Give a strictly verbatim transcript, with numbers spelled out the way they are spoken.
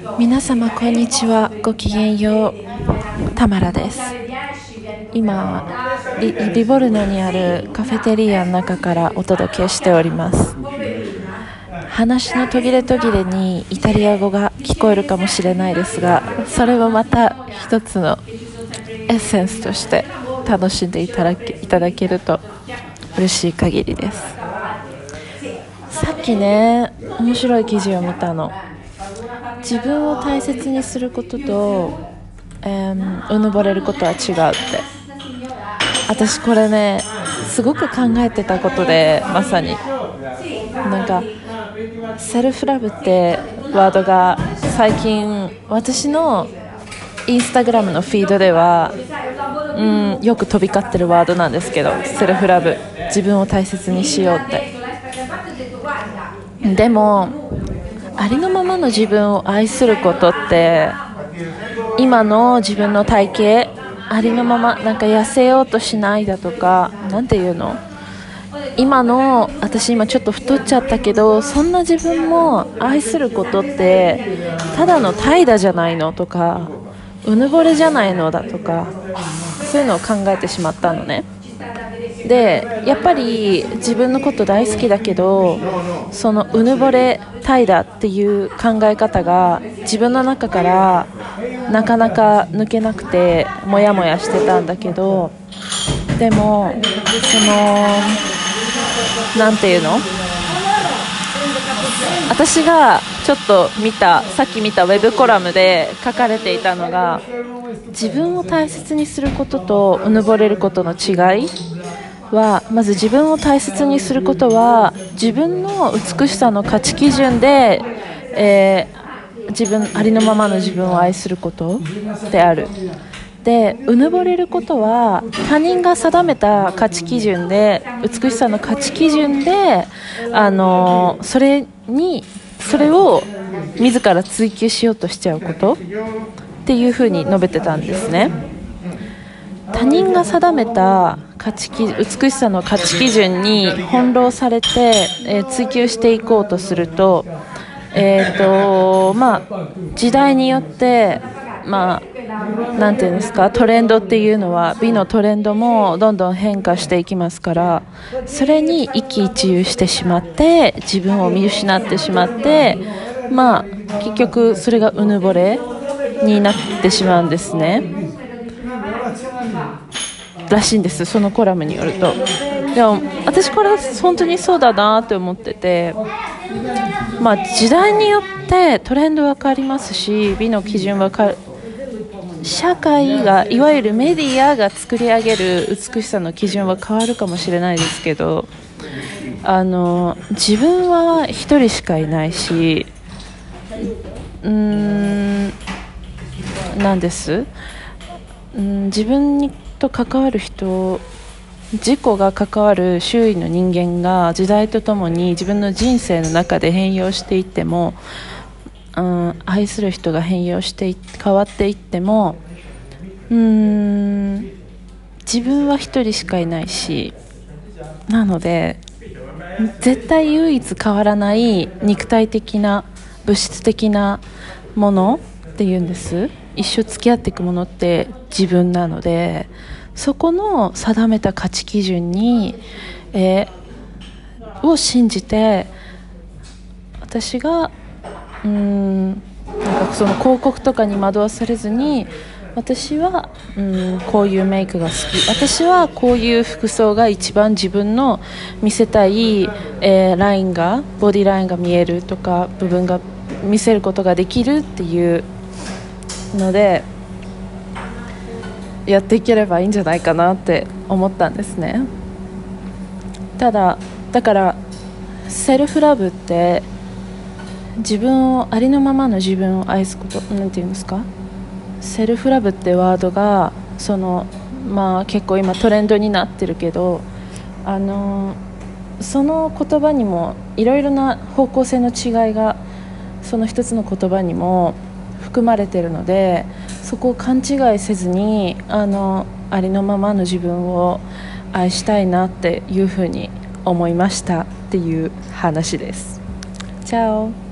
皆様こんにちは。ごきげんよう。タマラです。今 リ, リボルノにあるカフェテリアの中からお届けしております。話の途切れ途切れにイタリア語が聞こえるかもしれないですが、それもまた一つのエッセンスとして楽しんでいただけ、いただけると嬉しい限りです。さっきね、面白い記事を見たの。自分を大切にすることと、えー、うぬぼれることは違うって。私これね、すごく考えてたことで、まさになんかセルフラブってワードが最近私のインスタグラムのフィードでは、うん、よく飛び交ってるワードなんですけど、セルフラブ、自分を大切にしようって。でもありのままの自分を愛することって、今の自分の体型ありのまま、なんか痩せようとしないだとか、なんていうの、今の私今ちょっと太っちゃったけど、そんな自分も愛することってただの怠惰じゃないのとか、うぬぼれじゃないのだとか、そういうのを考えてしまったのね。でやっぱり自分のこと大好きだけど、そのうぬぼれ怠惰っていう考え方が自分の中からなかなか抜けなくて、もやもやしてたんだけど、でもそのなんていうの、私がちょっと見たさっき見たウェブコラムで書かれていたのが、自分を大切にすることとうぬぼれることの違いは、まず自分を大切にすることは自分の美しさの価値基準で、えー、自分ありのままの自分を愛することである。でうぬぼれることは他人が定めた価値基準で、美しさの価値基準で、あのそれにそれを自ら追求しようとしちゃうことっていうふうに述べてたんですね。他人が定めた価値基美しさの価値基準に翻弄されて、えー、追求していこうとすると、えーとまあ、時代によって、まあ、なんていうんですか、トレンドっていうのは、美のトレンドもどんどん変化していきますから、それに一喜一憂してしまって自分を見失ってしまって、まあ、結局それがうぬぼれになってしまうんですね。らしいんです、そのコラムによると。でも私これ本当にそうだなって思ってて、まあ、時代によってトレンドは変わりますし、美の基準は変わる、社会が、いわゆるメディアが作り上げる美しさの基準は変わるかもしれないですけど、あの自分は一人しかいないし、うーんなんです、うん、自分にと関わる人、自己が関わる周囲の人間が時代とともに自分の人生の中で変容していっても、うん、愛する人が変容して変わっていっても、うーん自分は一人しかいないし、なので絶対唯一変わらない肉体的な物質的なものっていうんです、一生付き合っていくものって自分なので、そこの定めた価値基準に、えー、を信じて、私がうーんなんかその広告とかに惑わされずに、私はうんこういうメイクが好き、私はこういう服装が一番自分の見せたい、えー、ラインがボディラインが見えるとか、部分が見せることができるっていうのでやっていければいいんじゃないかなって思ったんですね。ただだからセルフラブって自分をありのままの自分を愛すこと、なんていうんですか、セルフラブってワードがその、まあ、結構今トレンドになってるけど、あのその言葉にもいろいろな方向性の違いがその一つの言葉にも含まれているので、そこを勘違いせずに、あのありのままの自分を愛したいなっていうふうに思いましたっていう話です。チャオ。